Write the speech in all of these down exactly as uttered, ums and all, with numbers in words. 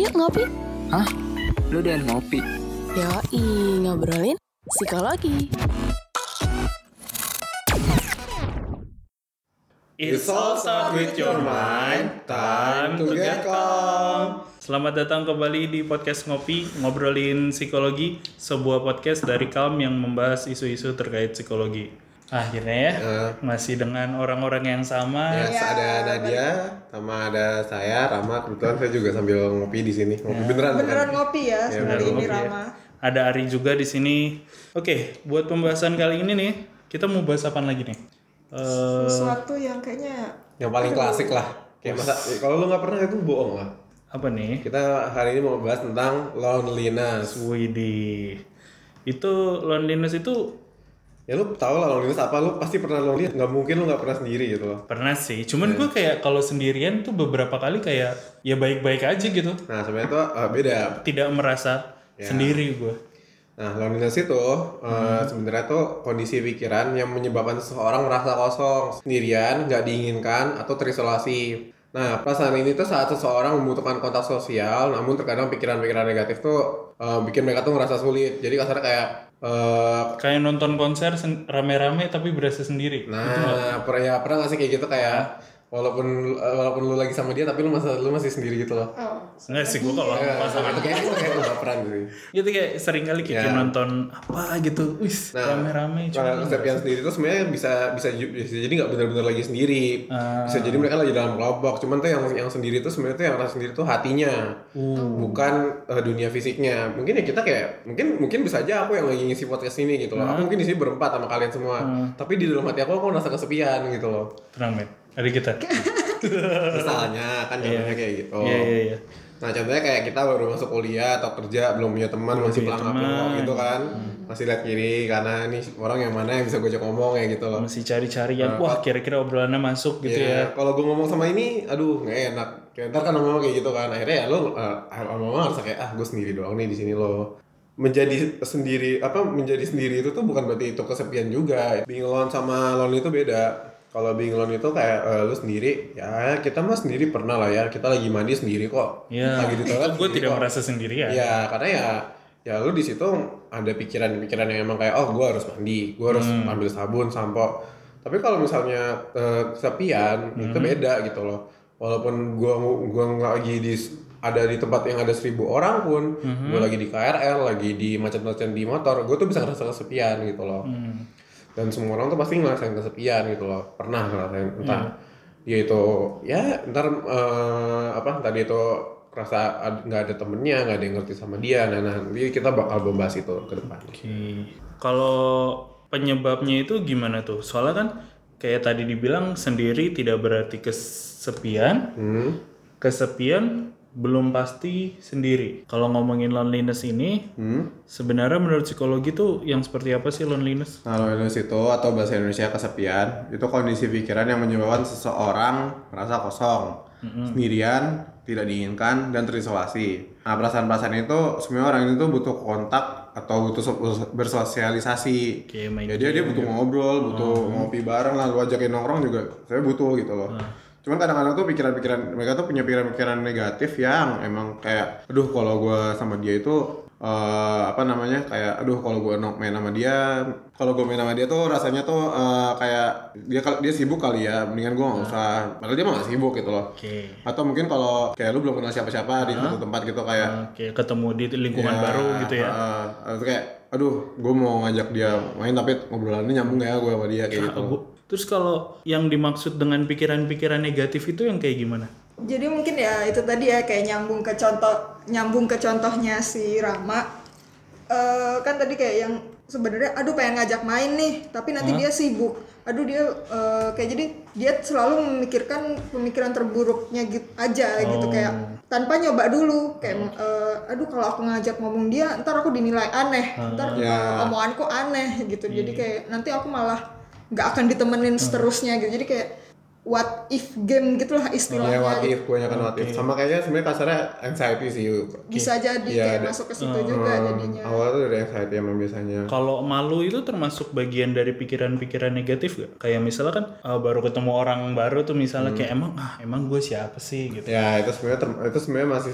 Yuk ngopi. Hah? Lu udah ngopi? Yoi, ngobrolin psikologi. It's all start with your mind, time to get calm. Selamat datang kembali di podcast Ngopi, ngobrolin psikologi, sebuah podcast dari Calm yang membahas isu-isu terkait psikologi. Akhirnya ya, uh, masih dengan orang-orang yang sama. Ya, ya ada Nadia, sama ada saya, Rama. Kebetulan saya juga sambil ngopi di sini. Ngopi ya. beneran. Beneran kan? Ngopi ya, ya hari ini Rama. Ya. Ada Ari juga di sini. Oke, buat pembahasan kali ini nih, kita mau bahas apa lagi nih? Uh, Sesuatu yang kayaknya yang paling klasik lah. Kayak masa kalau lu nggak pernah itu bohong lah. Apa nih? Kita hari ini mau bahas tentang loneliness. Widih. Itu loneliness itu ya lu tau lah loneliness apa, lu pasti pernah lonely, nggak mungkin lu nggak pernah sendiri gitu loh. Pernah sih, cuman yeah. gue kayak kalau sendirian tuh beberapa kali kayak ya baik-baik aja gitu. Nah sebenarnya tuh uh, beda. Tidak merasa yeah. sendiri gue. Nah loneliness itu uh, hmm. sebenarnya tuh kondisi pikiran yang menyebabkan seseorang merasa kosong, sendirian, nggak diinginkan atau terisolasi. Nah perasaan ini tuh saat seseorang membutuhkan kontak sosial, namun terkadang pikiran-pikiran negatif tuh uh, bikin mereka tuh ngerasa sulit. Jadi kasarnya kayak Uh, kayak nonton konser sen- rame-rame tapi berasa sendiri. Nah, pernah ya pernah nggak sih kayak gitu kayak walaupun uh, walaupun lu lagi sama dia tapi lu masih lu masih sendiri gitu loh. Oh. Enggak sih gua kalau ya, pasangan itu kayak itu kayak lu baperan sih. Gitu kayak sering kali kayak ya. nonton apa gitu. Wis, nah, rame-rame cuma. Kalau kesepian sendiri itu sebenarnya bisa bisa bisa jadi enggak benar-benar lagi sendiri. Uh. Bisa jadi mereka lagi dalam kelompok. Cuman tuh yang yang sendiri tuh sebenarnya tuh yang rasa sendiri tuh hatinya. Uh. Bukan uh, dunia fisiknya. Mungkin ya kita kayak mungkin mungkin bisa aja aku yang lagi ngisi podcast ini gitu loh. Uh. Aku mungkin di sini berempat sama kalian semua. Uh. Tapi di dalam hati aku aku merasa kesepian gitu loh. Tenang, men. Ada kita. Misalnya kan contohnya yeah. kayak gitu. Iya yeah, iya yeah, iya. Yeah. Nah contohnya kayak kita baru masuk kuliah atau kerja belum punya teman, belum masih pelangap-pelangap gitu kan, hmm. masih lihat kiri kanan ini orang yang mana yang bisa gue ajak ngomong ya gitu loh. Masih cari-cari yang uh, wah kira-kira obrolannya masuk gitu yeah, ya. Kalau gue ngomong sama ini, aduh nggak enak. Kayak ntar kan ngomong kayak gitu kan, akhirnya ya lo uh, ngomong harus kayak ah gue sendiri doang nih di sini lo. Menjadi sendiri apa menjadi sendiri itu tuh bukan berarti itu kesepian juga. Being alone sama lonely itu beda. Kalau being alone itu kayak uh, lu sendiri, ya kita mah sendiri pernah lah ya, kita lagi mandi sendiri kok. Ya, lagi di toilet gue tidak kok. merasa sendiri ya. Ya, karena ya, ya lu di situ ada pikiran-pikiran yang emang kayak, oh gue harus mandi, gue harus hmm. ambil sabun, sampo. Tapi kalau misalnya uh, kesepian, hmm. itu beda gitu loh. Walaupun gue gue nggak lagi di ada di tempat yang ada seribu orang pun, hmm. gue lagi di K R L, lagi di macet-macet di motor, gue tuh bisa ngerasa kesepian gitu loh. Hmm. Dan semua orang tuh pasti ngerasain kesepian gitu loh, pernah ngerasain entah hmm. dia itu ya ntar uh, apa tadi itu rasa nggak ada temennya, nggak ada yang ngerti sama dia. Nah nanti kita bakal membahas itu ke depan. Oke, okay. Kalau penyebabnya itu gimana tuh? Soalnya kan kayak tadi dibilang sendiri tidak berarti kesepian, hmm. kesepian belum pasti sendiri. Kalau ngomongin loneliness ini, hmm? sebenarnya menurut psikologi tuh yang seperti apa sih loneliness? Nah, loneliness itu atau bahasa Indonesia kesepian, itu kondisi pikiran yang menyebabkan seseorang merasa kosong, mm-hmm. sendirian, tidak diinginkan, dan terisolasi. Nah, perasaan-perasaan itu semua orang itu butuh kontak atau butuh bersosialisasi. Okay, jadi dia butuh ngobrol, butuh oh. ngopi bareng lah, lu ajakin nongkrong juga, saya butuh gitu loh. Nah. Cuman kadang-kadang tuh pikiran-pikiran mereka tuh punya pikiran-pikiran negatif yang emang kayak aduh kalau gue sama dia itu uh, apa namanya kayak aduh kalau gue main sama dia kalau gue main sama dia tuh rasanya tuh uh, kayak dia dia sibuk kali ya, mendingan gue nggak usah, padahal dia mah nggak sibuk gitu loh. Okay. Atau mungkin kalau kayak lu belum kenal siapa-siapa di satu tempat gitu kayak okay. ketemu di lingkungan ya, baru gitu ya. Uh, uh, kayak aduh gue mau ngajak dia main tapi ngobrolannya nyambung ya gue sama dia kayak gitu. Terus kalau yang dimaksud dengan pikiran-pikiran negatif itu yang kayak gimana? Jadi mungkin ya itu tadi ya kayak nyambung ke contoh nyambung ke contohnya si Rama. Uh, kan tadi kayak yang sebenarnya aduh pengen ngajak main nih, tapi nanti huh? dia sibuk. Aduh dia uh, kayak jadi dia selalu memikirkan pemikiran terburuknya gitu aja oh. gitu kayak tanpa nyoba dulu kayak uh, aduh kalau aku ngajak ngomong dia ntar aku dinilai aneh, uh, ntar yeah. omonganku aneh gitu. Yeah. Jadi kayak nanti aku malah nggak akan ditemenin seterusnya gitu. Jadi kayak what if game gitulah istilahnya. Iya, what if, gue nyakan what if. Sama kayaknya sebenarnya kasarnya anxiety sih. Bisa jadi ya, kayak masuk ke situ uh, juga jadinya. Awalnya tuh dari anxiety emang biasanya. Kalau malu itu termasuk bagian dari pikiran-pikiran negatif gak? Kayak misalnya kan uh, baru ketemu orang baru tuh misalnya hmm. kayak emang ah emang gue siapa sih gitu. Ya itu sebenarnya itu sebenarnya masih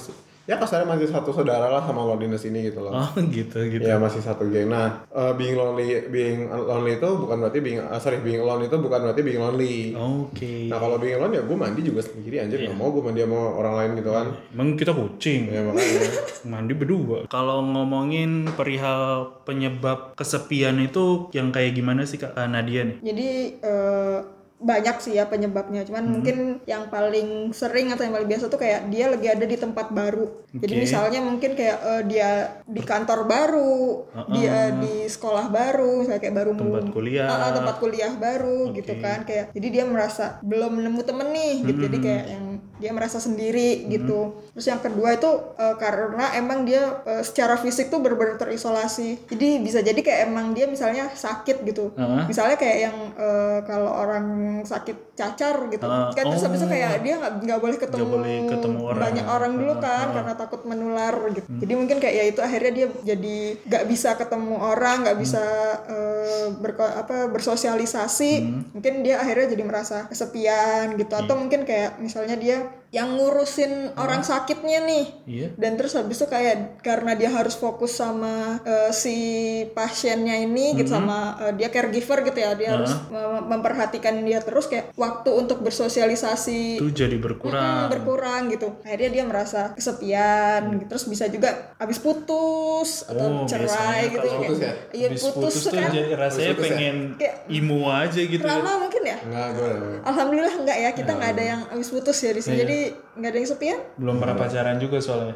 ya kasarnya masih satu saudara lah sama loneliness ini gitu loh. Oh gitu gitu. Ya masih satu geng. Nah, uh, being lonely, being lonely itu bukan berarti being, uh, sorry, being alone itu bukan berarti being lonely. Oke. Okay. Nah kalau being alone ya gue mandi juga sendiri anjir, nggak yeah. mau gue mandi sama orang lain gitu kan. Emang kita kucing. Ya makanya. Mandi berdua. Kalau ngomongin perihal penyebab kesepian itu yang kayak gimana sih Kak Nadia nih? Jadi uh, banyak sih ya penyebabnya, cuman hmm. mungkin yang paling sering atau yang paling biasa tuh kayak dia lagi ada di tempat baru. Okay. Jadi misalnya mungkin kayak uh, dia di kantor baru, uh-uh. dia di sekolah baru, misalnya kayak baru tempat kuliah, uh, tempat kuliah baru okay. gitu kan, kayak jadi dia merasa belum nemu temen nih, gitu. Hmm. Jadi kayak yang dia merasa sendiri hmm. gitu. Terus yang kedua itu uh, karena emang dia uh, secara fisik tuh benar-benar terisolasi. Jadi bisa jadi kayak emang dia misalnya sakit gitu. Uh-huh. Misalnya kayak yang uh, kalau orang sakit cacar gitu. Uh, kan terus oh. habis itu kayak dia nggak nggak boleh ketemu, boleh ketemu orang. banyak orang dulu kan uh, uh. karena takut menular gitu. Hmm. Jadi mungkin kayak ya itu akhirnya dia jadi nggak bisa ketemu orang, nggak bisa hmm. uh, berko, apa bersosialisasi. Hmm. Mungkin dia akhirnya jadi merasa kesepian gitu. Hmm. Atau mungkin kayak misalnya dia yang ngurusin hmm. orang sakitnya nih, yeah. dan terus habis itu kayak karena dia harus fokus sama uh, si pasiennya ini hmm. gitu, sama uh, dia caregiver gitu ya, dia uh. harus mem- memperhatikan dia terus, kayak waktu untuk bersosialisasi itu jadi berkurang, hmm, berkurang gitu. Akhirnya dia merasa kesepian, hmm. gitu. Terus bisa juga habis putus atau oh, cerai gitu ya. Putus ya? Iya putus, putus tuh kan? Jadi rasanya putus pengen ya? Imu aja gitu. Lama ya? Mungkin ya? Enggak, gue. Alhamdulillah enggak ya, kita enggak ada yang habis putus ya di sini. Jadi nggak ada yang sepian? Belum pernah pacaran juga soalnya.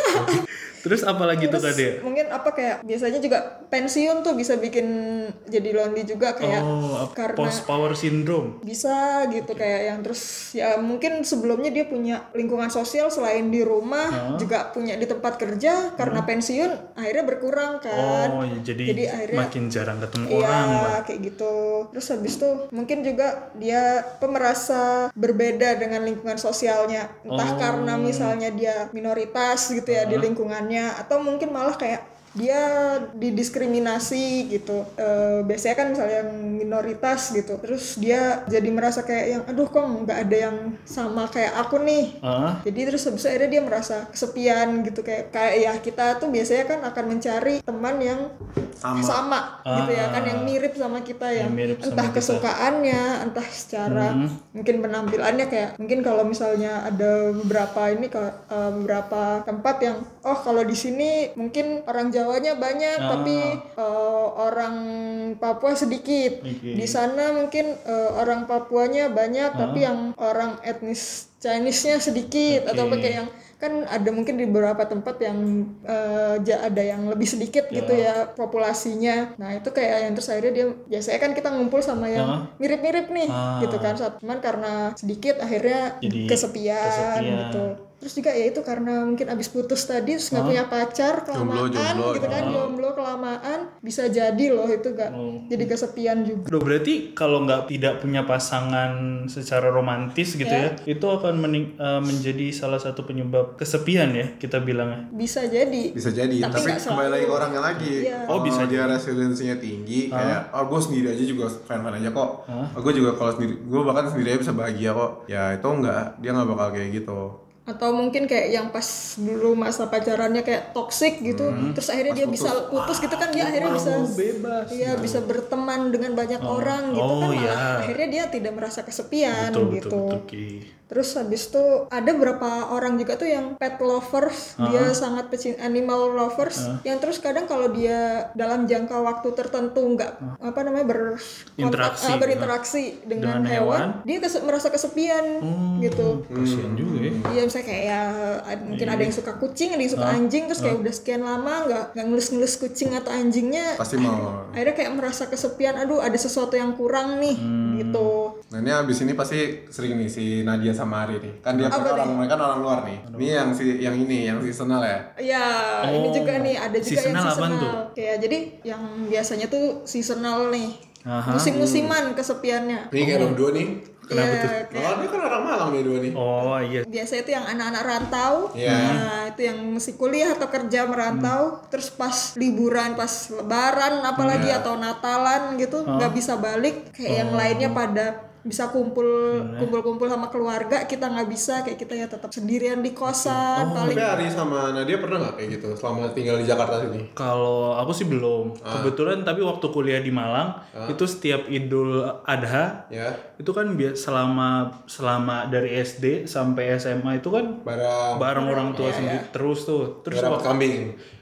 Terus apa lagi tuh tadi? Mungkin apa kayak biasanya juga pensiun tuh bisa bikin jadi lonely juga, kayak oh, karena post power syndrome. Bisa gitu okay. Kayak yang terus ya mungkin sebelumnya dia punya lingkungan sosial selain di rumah, huh? juga punya di tempat kerja, karena hmm. pensiun akhirnya berkurang kan. Oh, ya, jadi, jadi akhirnya makin jarang ketemu iya, orang. Iya, kayak gitu. Terus habis itu mungkin juga dia merasa berbeda dengan lingkungan sosialnya. Entah oh. karena misalnya dia minoritas gitu ya, huh? di lingkungan, atau mungkin malah kayak dia didiskriminasi gitu. E, biasanya kan misalnya yang minoritas gitu, terus dia jadi merasa kayak yang aduh kok nggak ada yang sama kayak aku nih. Uh. Jadi terus habis akhirnya dia merasa kesepian gitu, kayak kayak ya kita tuh biasanya kan akan mencari teman yang sama, sama uh. gitu ya kan, yang mirip sama kita, yang, yang entah kesukaannya, kita. entah secara hmm. mungkin penampilannya, kayak mungkin kalau misalnya ada beberapa ini uh, beberapa tempat yang oh kalau di sini mungkin orang Jawanya banyak, ah. tapi uh, orang Papua sedikit. Okay. Di sana mungkin uh, orang Papuanya banyak, ah. tapi yang orang etnis Chinese-nya sedikit. Okay. Atau kayak yang kan ada mungkin di beberapa tempat yang uh, ada yang lebih sedikit yeah. gitu ya populasinya. Nah itu kayak yang terus akhirnya dia biasanya kan kita ngumpul sama yang ah. mirip-mirip nih, ah. gitu kan. Cuman karena sedikit akhirnya jadi kesepian, kesepian gitu. Terus juga ya itu karena mungkin abis putus tadi terus nggak huh? punya pacar kelamaan, jomblo, jomblo, gitu kan, oh. jomblo kelamaan, bisa jadi loh itu gak oh. jadi kesepian juga. Loh, berarti kalau nggak tidak punya pasangan secara romantis gitu yeah. ya, itu akan mening- uh, menjadi salah satu penyebab kesepian ya kita bilangnya. Bisa jadi. Bisa jadi. Tapi, tapi kembali lagi ke orangnya lagi. Yeah. Oh bisa dia resiliensinya tinggi, huh? kayak oh gue sendiri aja juga fan-fan aja kok. Huh? Oh, gue juga kalau sendiri, gue bahkan sendiri aja bisa bahagia kok. Ya itu enggak, dia nggak bakal kayak gitu. Atau mungkin kayak yang pas dulu masa pacarannya kayak toksik gitu, hmm. terus akhirnya pas dia putus. bisa putus gitu kan, dia akhirnya bisa bebas, iya bisa berteman dengan banyak oh. orang gitu oh, kan, malah ya. akhirnya dia tidak merasa kesepian betul, gitu. Betul, betul, okay. Terus habis itu ada beberapa orang juga tuh yang pet lovers, uh-huh. dia sangat pecinta animal lovers, uh-huh. yang terus kadang kalau dia dalam jangka waktu tertentu nggak uh-huh. apa namanya berkontak, uh, berinteraksi uh-huh. dengan, dengan hewan, hewan, dia kes- merasa kesepian hmm, gitu. Kasian juga ya. Iya misalnya kayak ya mungkin yeah. ada yang suka kucing, ada yang suka uh, anjing, terus kayak uh. udah sekian lama nggak nggak ngelus-ngelus kucing atau anjingnya, pasti mau. Akhirnya kayak merasa kesepian, aduh ada sesuatu yang kurang nih, hmm. gitu. Nah ini abis ini pasti sering nih si Nadia sama Ari nih, kan dia mereka orang mereka orang luar nih. Ini yang si yang ini yang seasonal ya. Iya, oh, ini juga nih ada juga seasonal yang seasonal. Kayak jadi yang biasanya tuh seasonal nih. Aha. Musim-musiman kesepiannya. Ini kayak oh. dua nih. Kenapa ya, tuh? Kayak, oh, dia kan orang Malang nih dua nih. Oh iya. Biasanya itu yang anak-anak rantau, yeah. nah itu yang masih kuliah atau kerja merantau, hmm. terus pas liburan, pas lebaran apalagi yeah. atau Natalan gitu, nggak huh? bisa balik, kayak oh. yang lainnya pada bisa kumpul kumpul-kumpul sama keluarga, kita nggak bisa, kayak kita ya tetap sendirian di kosan. Oh, paling tapi Ari sama Nadia pernah nggak kayak gitu selama tinggal di Jakarta sini? Kalau aku sih belum. Ah. Kebetulan tapi waktu kuliah di Malang itu setiap Idul Adha Ya, itu kan biasa selama selama dari S D sampai S M A itu kan barang bareng orang tua sendiri terus tuh. Terus dapat waktu kambing.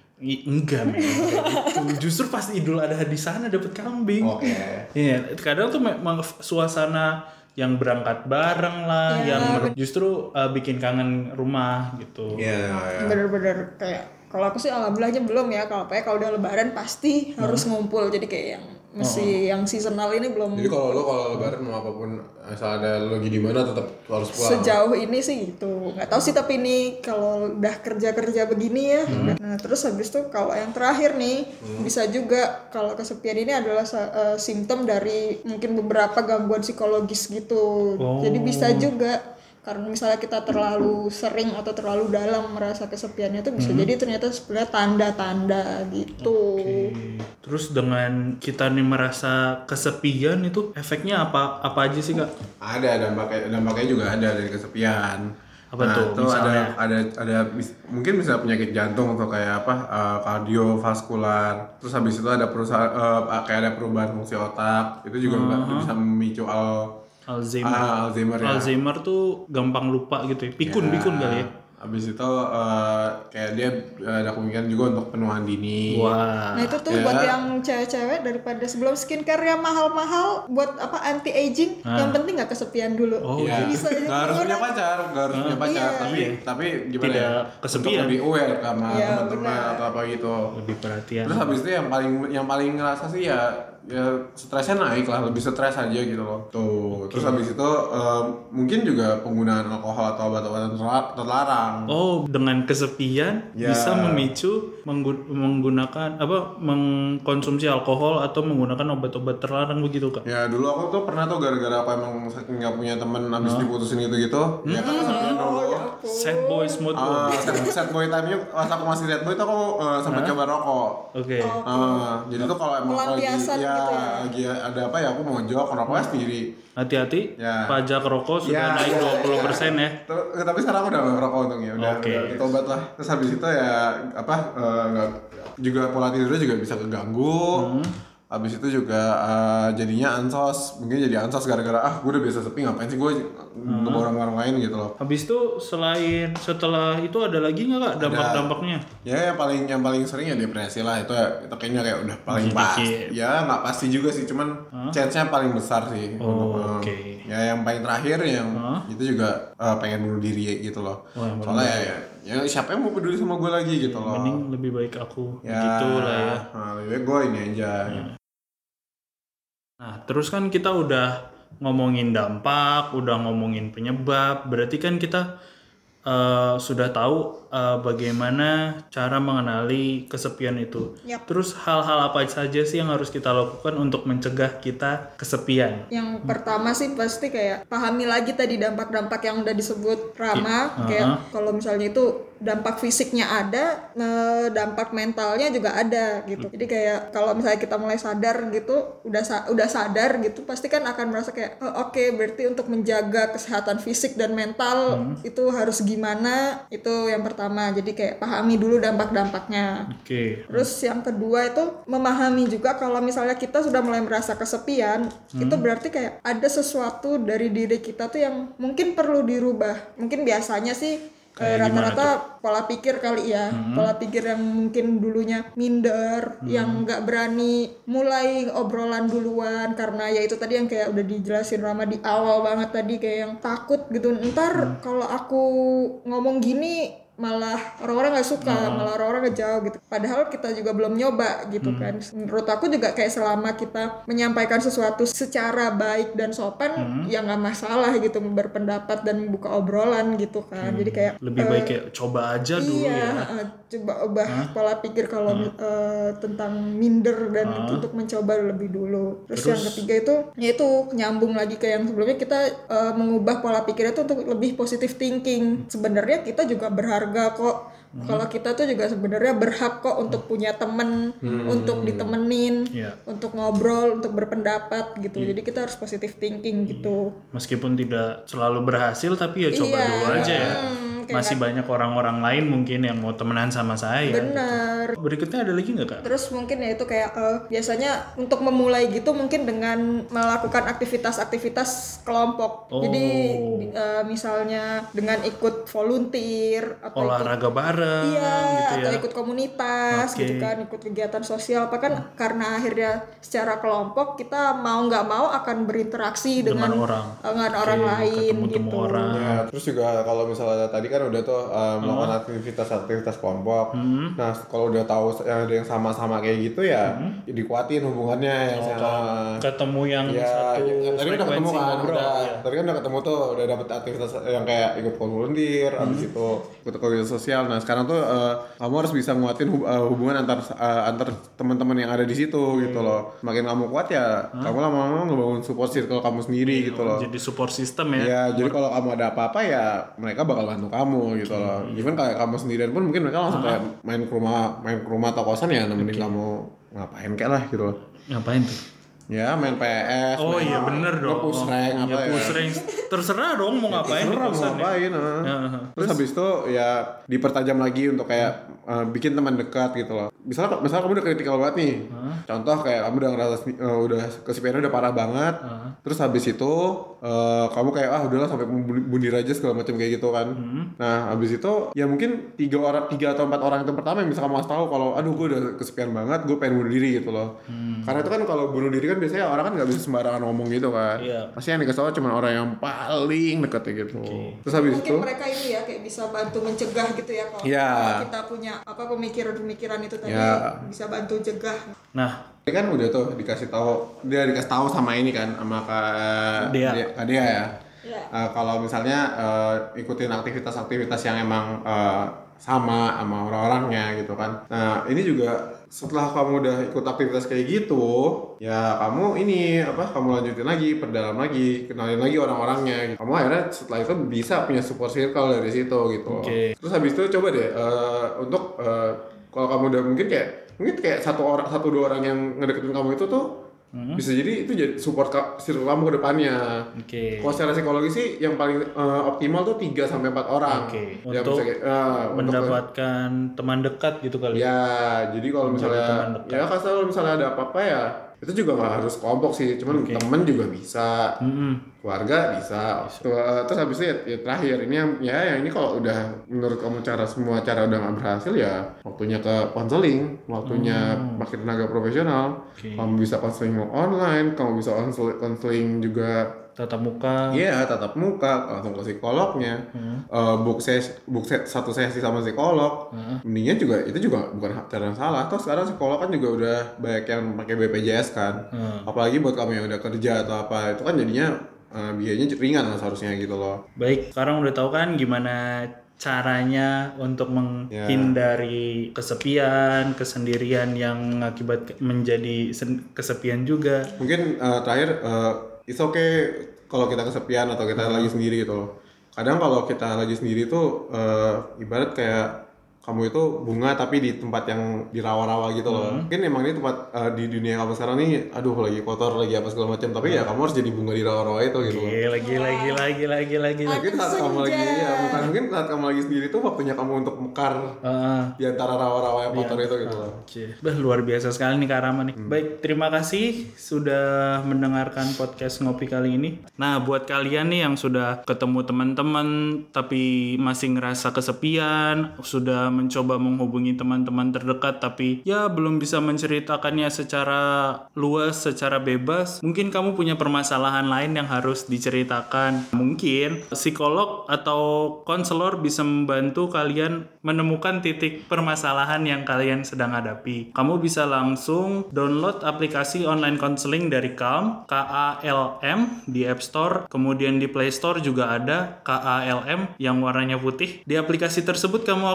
I- enggak men, gitu. Justru pas Idul Adha di sana dapat kambing. Oke. Iya, kadang tuh memang suasana yang berangkat bareng lah, Ya, yang justru uh, bikin kangen rumah gitu. Iya, ya. bener-bener kayak kalau aku sih alhamdulillahnya belum ya. Kalau kayak kalau udah lebaran pasti harus ngumpul, jadi kayak yang mesti yang seasonal ini belum. Jadi kalau lo kalau lebaran mau apapun asal ada lo lagi di mana tetap harus pulang. Sejauh ini sih gitu, nggak tahu sih, tapi ini kalau udah kerja-kerja begini ya. Nah terus habis itu kalau yang terakhir nih bisa juga kalau kesepian ini adalah uh, simptom dari mungkin beberapa gangguan psikologis gitu. Oh. Jadi bisa juga karena misalnya kita terlalu sering atau terlalu dalam merasa kesepiannya itu bisa jadi ternyata sebenarnya tanda-tanda gitu. Oke. Terus dengan kita nih merasa kesepian itu efeknya apa apa aja sih Kak? Ada dampaknya, dampaknya juga ada dari kesepian. Apa nah, tuh, itu misalnya? ada ada ada bis- mungkin bisa penyakit jantung atau kayak apa uh, kardiovaskular. Terus habis itu ada perusahaan uh, kayak ada perubahan fungsi otak. Itu juga Uh-huh. bisa memicu al Alzheimer. ah, Alzheimer ya. Alzheimer tuh gampang lupa gitu ya. Pikun, Ya, pikun kali ya. Habis itu uh, kayak dia uh, ada kemungkinan juga untuk penuaan dini. Wah. Nah itu tuh Ya. buat yang cewek-cewek daripada sebelum skincare yang mahal-mahal buat apa anti aging, yang penting nggak kesepian dulu. Oh, Iya. Bisa Nggak harus punya pacar, nggak harus punya pacar, Iya. tapi tapi gimana Tidak ya? kesepian. Untuk lebih aware sama Iya, teman-teman benar. atau apa gitu. Lebih perhatian. Terus habis itu yang paling yang paling ngerasa sih ya ya stresnya naik lah, lebih stres aja gitu loh. Tuh. Terus habis itu eh, mungkin juga penggunaan alkohol atau obat-obatan terla- terlarang. Oh, dengan kesepian Ya. bisa memicu menggu- menggunakan apa mengkonsumsi alkohol atau menggunakan obat-obat terlarang begitu Kak? Ya dulu aku tuh pernah tuh gara-gara aku emang saking nggak punya temen abis diputusin gitu-gitu. Ya kan kesepian dulu. Sad boy smooth boy. Ah, sad, sad boy time-nya pas aku masih sad boy tuh aku eh, sempat coba rokok. Oke. Ah, jadi tuh kalau emang lagi Pelampiasan ya, gitu ya. lagi ada apa ya aku mau jawab rokoknya sendiri. Hati-hati, Ya. pajak rokok sudah Ya, naik ya, dua puluh persen ya. Tuh, tapi sekarang aku udah nggak ngerokok untungnya, udah, Oke. udah ditobat lah. Terus habis itu ya apa eh, nggak juga pola tidurnya juga bisa keganggu. Habis itu juga eh, jadinya ansos, mungkin jadi ansos gara-gara ah gue udah biasa sepi ngapain sih gue untuk orang-orang lain gitu loh. Habis itu selain setelah itu ada lagi nggak Kak dampak-dampaknya? Ya yang paling yang paling sering ya depresi lah, itu ya itu kayaknya kayak udah paling pasti. Dikit. Ya nggak pasti juga sih, cuman chance-nya paling besar sih. Oh, Untuk, eh, oke. Ya yang paling terakhir yang itu juga eh, pengen bunuh diri gitu loh. Wah, yang Soalnya ya, ya, ya siapa yang mau peduli sama gue lagi gitu loh. Mending lebih baik aku Ya, gitu lah ya. Nah, lebih baik gue ini aja. Nah, terus kan kita udah ngomongin dampak, udah ngomongin penyebab, berarti kan kita eh, sudah tahu eh, bagaimana cara mengenali kesepian itu. Yap. Terus hal-hal apa saja sih yang harus kita lakukan untuk mencegah kita kesepian? Yang pertama sih pasti kayak pahami lagi tadi dampak-dampak yang udah disebut Rama. Kayak kalau misalnya itu dampak fisiknya ada, eh, dampak mentalnya juga ada gitu. Jadi kayak kalau misalnya kita mulai sadar gitu, udah sa- udah sadar gitu, pasti kan akan merasa kayak oh, oke berarti untuk menjaga kesehatan fisik dan mental itu harus gimana? Itu yang pertama. Jadi kayak pahami dulu dampak-dampaknya. Oke. Terus yang kedua itu memahami juga kalau misalnya kita sudah mulai merasa kesepian, itu berarti kayak ada sesuatu dari diri kita tuh yang mungkin perlu dirubah. Mungkin biasanya sih eh, Kayak gimana rata-rata pola pikir kali ya, pola pikir yang mungkin dulunya minder, yang nggak berani mulai obrolan duluan karena ya itu tadi yang kayak udah dijelasin Rama di awal banget tadi, kayak yang takut gitu. Ntar kalau aku ngomong gini malah orang-orang nggak suka, malah orang-orang ngejauh gitu. Padahal kita juga belum nyoba gitu kan. Menurut aku juga kayak selama kita menyampaikan sesuatu secara baik dan sopan, ya nggak masalah gitu berpendapat dan membuka obrolan gitu kan. Jadi kayak Lebih eh, baik kayak coba aja dulu iya, ya. eh, coba ubah pola pikir kalau eh, tentang minder dan untuk mencoba lebih dulu. Terus, yang ketiga itu yaitu nyambung lagi ke yang sebelumnya, kita eh, mengubah pola pikirnya itu untuk lebih positive thinking. Sebenarnya kita juga berharga berharga kok. Hmm. Kalau kita tuh juga sebenarnya berhak kok untuk punya temen, hmm. untuk ditemenin, yeah. untuk ngobrol, untuk berpendapat gitu. Yeah. Jadi kita harus positive thinking gitu. Meskipun tidak selalu berhasil, tapi ya coba yeah. dulu aja ya. Hmm. Masih banyak orang-orang lain mungkin yang mau temenan sama saya. Benar. Gitu. Berikutnya ada lagi nggak Kak? Terus mungkin ya itu kayak uh, biasanya untuk memulai gitu mungkin dengan melakukan aktivitas-aktivitas kelompok. Oh. Jadi uh, misalnya dengan ikut volunteer atau olahraga ikut, bareng, iya, gitu ya. Atau ikut komunitas, okay. gitu kan, ikut kegiatan sosial. Apa kan hmm. karena akhirnya secara kelompok kita mau nggak mau akan berinteraksi dengan, dengan orang, dengan okay. orang lain gitu. Orang. Ya, terus juga kalau misalnya tadi kan udah tuh uh, melakukan oh. aktivitas-aktivitas kelompok. Hmm. Nah, kalau udah tahu yang ada yang sama-sama kayak gitu ya, hmm. dikuatin hubungannya yang oh, sama. Ketemu yang ya, satu ya, tadi udah ketemu kan, ngobrol, udah, ya. tadi kan udah ketemu tuh, udah dapet aktivitas yang kayak ikut volunteer, hmm. abis itu ikut kegiatan sosial. Nah, sekarang tuh uh, kamu harus bisa nguatin hub, uh, hubungan antar uh, antar teman-teman yang ada di situ hmm. gitu loh. Semakin kamu kuat ya, hmm. kamu lama-lama ngebangun support circle kamu sendiri hmm. gitu loh. Jadi support system ya. Ya, jadi kalau kamu ada apa-apa ya mereka bakal bantu kamu. Kamu gitu loh. Even kayak kamu sendirian pun mungkin mereka langsung kayak main ke rumah, main ke rumah atau kosan ya nemenin okay. kamu ngapain kayak lah gitu loh. Ngapain tuh? Ya main P S. Oh main iya bener dong. Push rank apa ya? Push rank. Terserah dong mau ngapain. Terserah mau ngapain. Ya. Nah. Ya, terus, terus habis itu ya dipertajam lagi untuk kayak uh, bikin teman dekat gitu loh. Misalnya, misalnya kamu udah kritikal banget nih. Huh? Contoh kayak kamu udah ngerasa uh, udah kesepiannya udah parah banget. Huh? Terus habis itu uh, kamu kayak ah udahlah sampai bunuh diri aja segala macam kayak gitu kan. Hmm. Nah habis itu ya mungkin tiga orang tiga atau empat orang itu pertama yang bisa kamu kasih tahu kalau aduh gue udah kesepian banget, gue pengen bunuh diri gitu loh. Hmm. Karena itu kan kalau bunuh diri kan biasanya orang kan nggak bisa sembarangan ngomong gitu kan. Iya. Pasti yang dikasih tahu cuma orang yang paling dekat gitu. Okay. Terus habis mungkin itu mereka ini ya kayak bisa bantu mencegah gitu ya kalau yeah. kita punya apa pemikiran-pemikiran itu tadi yeah. bisa bantu cegah. Nah, ini kan udah tuh dikasih tahu, dia dikasih tahu sama ini kan sama Kak Dea, Kak Dea ya. Yeah. Uh, kalau misalnya uh, ikutin aktivitas-aktivitas yang emang uh, sama sama orang-orangnya gitu kan. Nah ini juga setelah kamu udah ikut aktivitas kayak gitu, ya kamu ini apa? Kamu lanjutin lagi, perdalam lagi, kenalin lagi orang-orangnya. Gitu. Kamu akhirnya setelah itu bisa punya support circle dari situ gitu. Okay. Terus habis itu coba deh uh, untuk uh, kalau kamu udah mungkin kayak mungkin kayak satu orang satu dua orang yang ngedeketin kamu itu tuh. Hmm. Bisa jadi itu jadi support circle kamu ke depannya. Oke. Okay. Kalau secara psikologi sih yang paling uh, optimal tuh tiga sampai empat orang. Oke. Okay. Untuk bisa, uh, mendapatkan untuk, teman dekat gitu kali. Ya, jadi kalau misalnya ya kalau misalnya ada apa-apa ya itu juga nggak harus kelompok sih, cuman okay. temen juga bisa, mm-hmm. keluarga bisa. bisa. Terus habis itu ya, ya terakhir ini yang ya yang ini kalau udah menurut kamu cara semua cara udah nggak berhasil ya waktunya ke konseling, waktunya mm. pakai tenaga profesional. Okay. Kamu bisa konseling online, kamu bisa konseling juga tatap muka. Iya, tatap muka, langsung ke psikolognya. Hmm. Uh, book ses, book ses, satu sesi sama psikolog. Hmm. Mendingan juga itu juga bukan cara yang salah. Toh sekarang psikolog kan juga udah banyak yang pakai B P J S kan. Hmm. Apalagi buat kamu yang udah kerja atau apa, itu kan jadinya uh, biayanya ringan lah seharusnya gitu loh. Baik, sekarang udah tahu kan gimana caranya untuk menghindari yeah. kesepian, kesendirian yang mengakibat menjadi sen- kesepian juga. Mungkin uh, terakhir uh, it's okay kalau kita kesepian atau kita hmm. lagi sendiri gitu loh. Kadang kalau kita lagi sendiri tuh uh, ibarat kayak kamu itu bunga tapi di tempat yang di rawa-rawa gitu loh. Hmm. Mungkin emang ini tempat uh, di dunia kamu sekarang nih, aduh lagi kotor, lagi apa segala macam. Tapi hmm. ya kamu harus jadi bunga di rawa-rawa itu gitu loh. Lagi, lagi, lagi, lagi, lagi. Mungkin saat kamu lagi, ya bukan mungkin saat kamu lagi sendiri tuh waktunya kamu untuk mekar uh, di antara rawa-rawa yang kotor iya. itu gitu loh. Uh, bah, luar biasa sekali nih Kak Rama nih. Hmm. Baik, terima kasih sudah mendengarkan podcast Ngopi kali ini. Nah, buat kalian nih yang sudah ketemu teman-teman tapi masih ngerasa kesepian, sudah mencoba menghubungi teman-teman terdekat tapi ya belum bisa menceritakannya secara luas, secara bebas. Mungkin kamu punya permasalahan lain yang harus diceritakan. Mungkin psikolog atau konselor bisa membantu kalian menemukan titik permasalahan yang kalian sedang hadapi. Kamu bisa langsung download aplikasi online counseling dari Calm, K A L M di App Store. Kemudian di Play Store juga ada K A L M yang warnanya putih. Di aplikasi tersebut kamu akan dihubungkan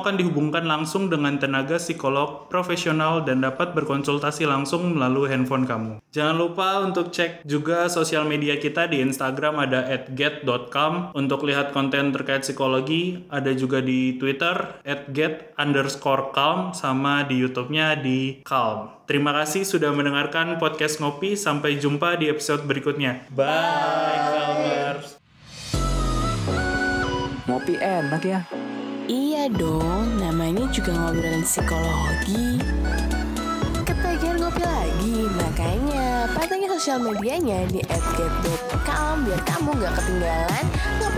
dihubungkan langsung dengan tenaga psikolog profesional dan dapat berkonsultasi langsung melalui handphone kamu. Jangan lupa untuk cek juga sosial media kita di Instagram ada at get dot com untuk lihat konten terkait psikologi. Ada juga di Twitter at get underscore calm sama di YouTube-nya di Calm. Terima kasih sudah mendengarkan podcast Ngopi. Sampai jumpa di episode berikutnya. Bye, Calmers. Ngopi enak ya. Iya dong, namanya juga ngobrolin psikologi. Ketagihan ngopi lagi, makanya pantengin sosial medianya di at get dot com biar kamu gak ketinggalan